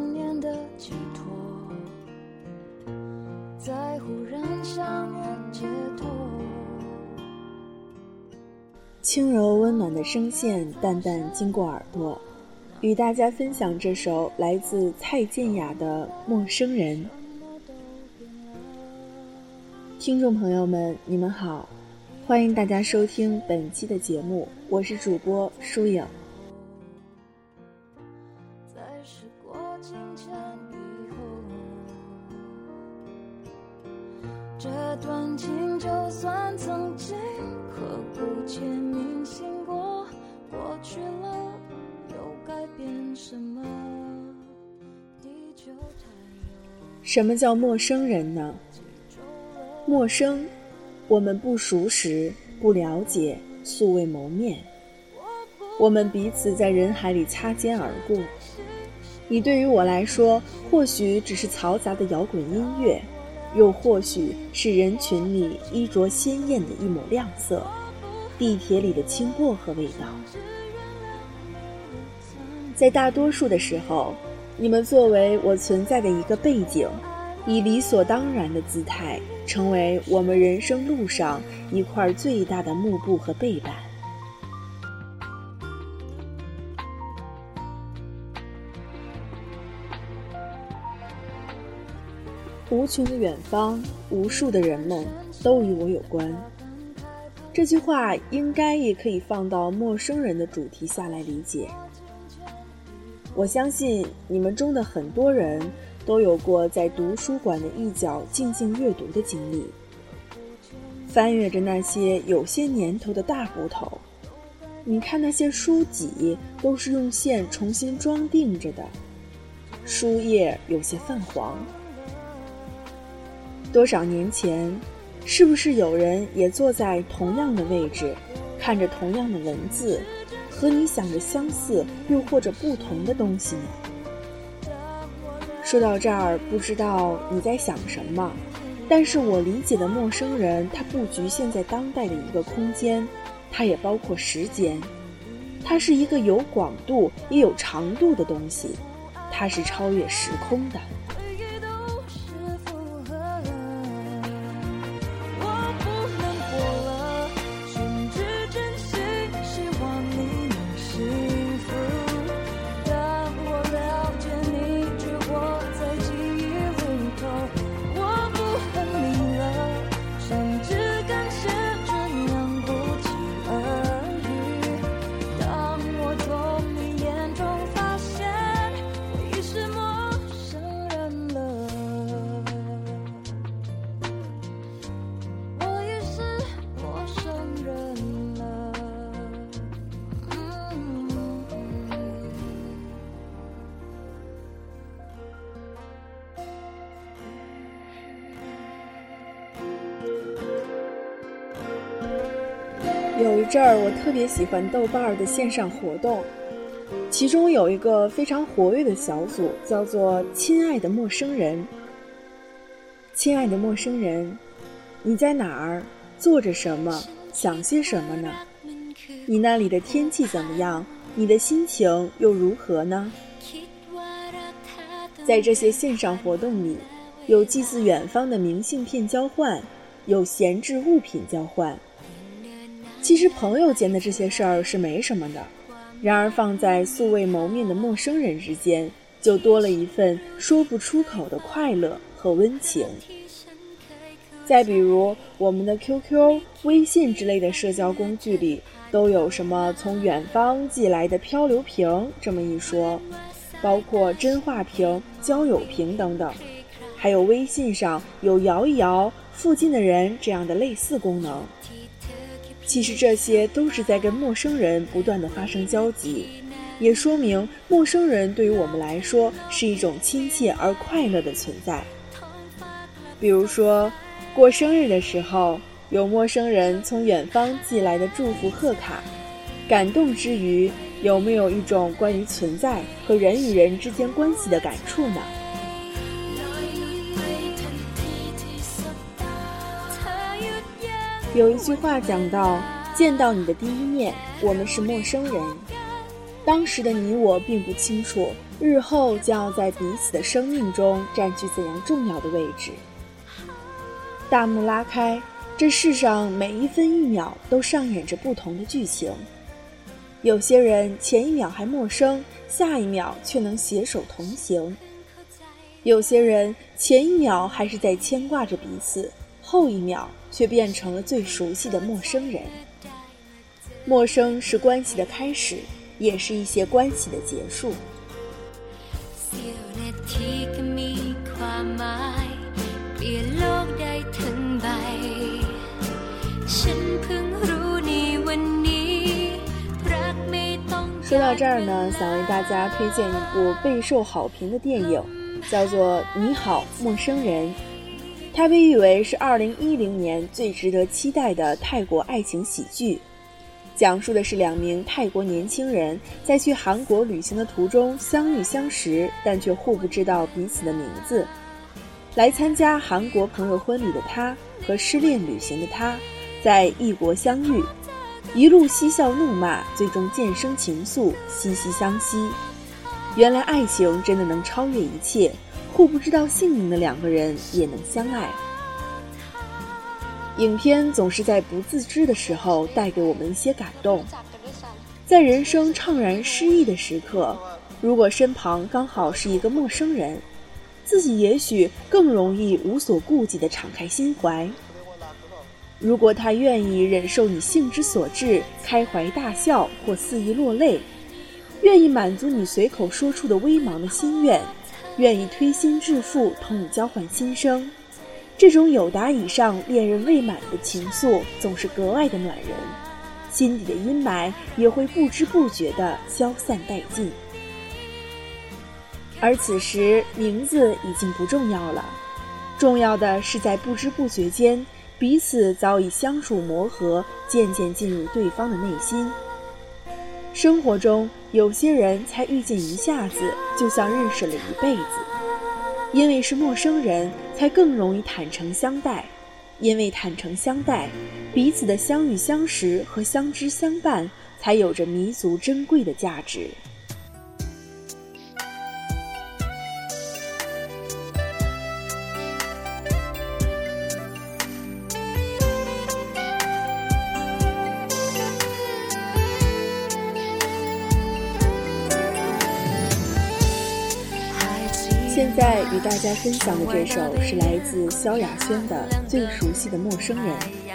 想念的寄托，在忽然相约街头。 轻柔温暖的声线淡淡经过耳朵，与大家分享这首来自蔡健雅的《陌生人》。听众朋友们，你们好，欢迎大家收听本期的节目，我是主播舒影。 在时过境迁以后，这段情就算曾经刻骨且铭心过，过去了又改变什么？地久太悠。 什么叫陌生人呢？陌生，我们不熟识，不了解，素未谋面，我们彼此在人海里擦肩而过。你对于我来说，或许只是嘈杂的摇滚音乐，又或许是人群里衣着鲜艳的一抹亮色，地铁里的青薄荷味道。在大多数的时候，你们作为我存在的一个背景，以理所当然的姿态，成为我们人生路上一块最大的幕布和背板。无穷的远方，无数的人们都与我有关。这句话应该也可以放到陌生人的主题下来理解。我相信你们中的很多人都有过在图书馆的一角静静阅读的经历，翻阅着那些有些年头的大部头，你看那些书脊都是用线重新装订着的，书页有些泛黄。多少年前，是不是有人也坐在同样的位置，看着同样的文字，和你想着相似又或者不同的东西呢？说到这儿，不知道你在想什么，但是我理解的陌生人，它不局限在当代的一个空间，它也包括时间，它是一个有广度也有长度的东西，它是超越时空的。有一阵儿，我特别喜欢豆瓣的线上活动，其中有一个非常活跃的小组，叫做“亲爱的陌生人”。亲爱的陌生人，你在哪儿？做着什么？想些什么呢？你那里的天气怎么样？你的心情又如何呢？在这些线上活动里，有寄自远方的明信片交换，有闲置物品交换。其实朋友间的这些事儿是没什么的，然而放在素未谋面的陌生人之间，就多了一份说不出口的快乐和温情。再比如我们的 QQ、微信之类的社交工具里，都有什么从远方寄来的漂流瓶这么一说，包括真话瓶、交友瓶等等，还有微信上有摇一摇附近的人这样的类似功能。其实这些都是在跟陌生人不断的发生交集，也说明陌生人对于我们来说是一种亲切而快乐的存在。比如说过生日的时候，有陌生人从远方寄来的祝福贺卡，感动之余，有没有一种关于存在和人与人之间关系的感触呢？有一句话讲到，见到你的第一面，我们是陌生人。当时的你我并不清楚， 日后将要在彼此的生命中占据怎样重要的位置。大幕拉开，这世上每一分一秒都上演着不同的剧情。有些人前一秒还陌生，下一秒却能携手同行；有些人前一秒还是在牵挂着彼此，后一秒却变成了最熟悉的陌生人。陌生是关系的开始，也是一些关系的结束。说到这儿呢，想为大家推荐一部备受好评的电影，叫做《你好，陌生人》。它被誉为是2010年最值得期待的泰国爱情喜剧，讲述的是2名泰国年轻人在去韩国旅行的途中相遇相识，但却互不知道彼此的名字。来参加韩国朋友婚礼的他和失恋旅行的他在异国相遇，一路嬉笑怒骂，最终渐生情愫，惺惺相惜。原来爱情真的能超越一切，互不知道姓名的2个人也能相爱。影片总是在不自知的时候带给我们一些感动。在人生怅然失意的时刻，如果身旁刚好是一个陌生人，自己也许更容易无所顾忌地敞开心怀。如果他愿意忍受你兴之所至，开怀大笑或肆意落泪，愿意满足你随口说出的微茫的心愿，愿意推心置腹同你交换心声，这种有达以上恋人未满的情愫总是格外的暖人，心底的阴霾也会不知不觉地消散殆尽。而此时名字已经不重要了，重要的是在不知不觉间，彼此早已相处磨合，渐渐进入对方的内心。生活中有些人才遇见一下子，就像认识了一辈子。因为是陌生人，才更容易坦诚相待；因为坦诚相待，彼此的相遇相识和相知相伴，才有着弥足珍贵的价值。现在与大家分享的这首是来自萧亚轩的《最熟悉的陌生人》。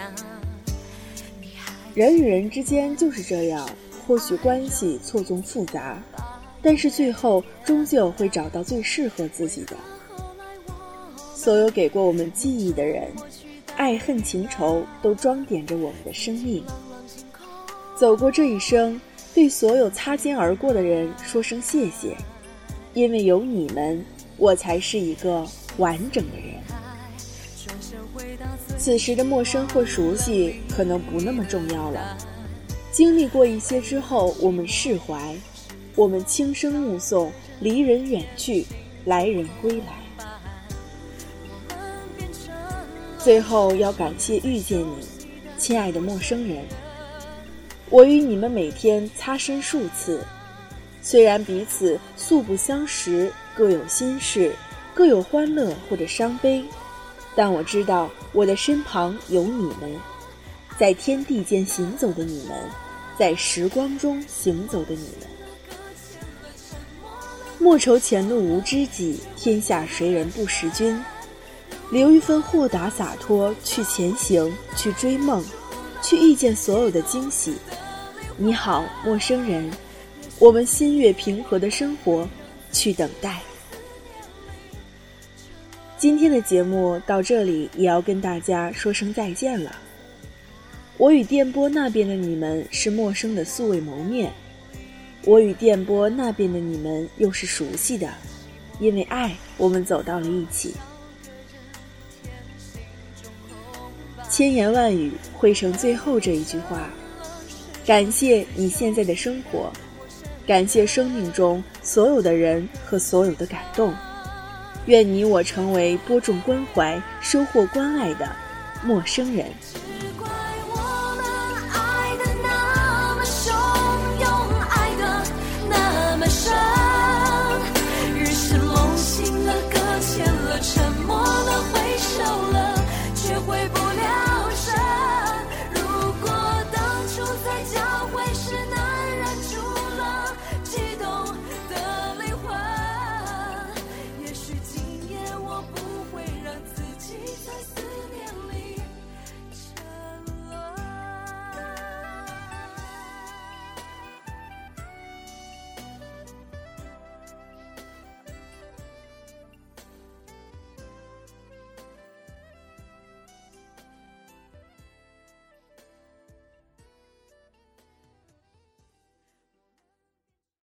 人与人之间就是这样，或许关系错综复杂，但是最后终究会找到最适合自己的。所有给过我们记忆的人，爱恨情仇都装点着我们的生命。走过这一生，对所有擦肩而过的人说声谢谢，因为有你们，我才是一个完整的人。此时的陌生或熟悉可能不那么重要了，经历过一些之后，我们释怀，我们轻声目送，离人远去，来人归来。最后要感谢遇见你，亲爱的陌生人。我与你们每天擦身数次，虽然彼此素不相识，各有心事，各有欢乐或者伤悲，但我知道我的身旁有你们，在天地间行走的你们，在时光中行走的你们。莫愁前路无知己，天下谁人不识君。留一份豁达洒脱，去前行，去追梦，去遇见所有的惊喜。你好，陌生人，我们心悦平和的生活，去等待。今天的节目到这里也要跟大家说声再见了。我与电波那边的你们是陌生的素未谋面，我与电波那边的你们又是熟悉的，因为爱，我们走到了一起。千言万语汇成最后这一句话，感谢你现在的生活，感谢生命中所有的人和所有的感动，愿你我成为播种关怀收获关爱的陌生人。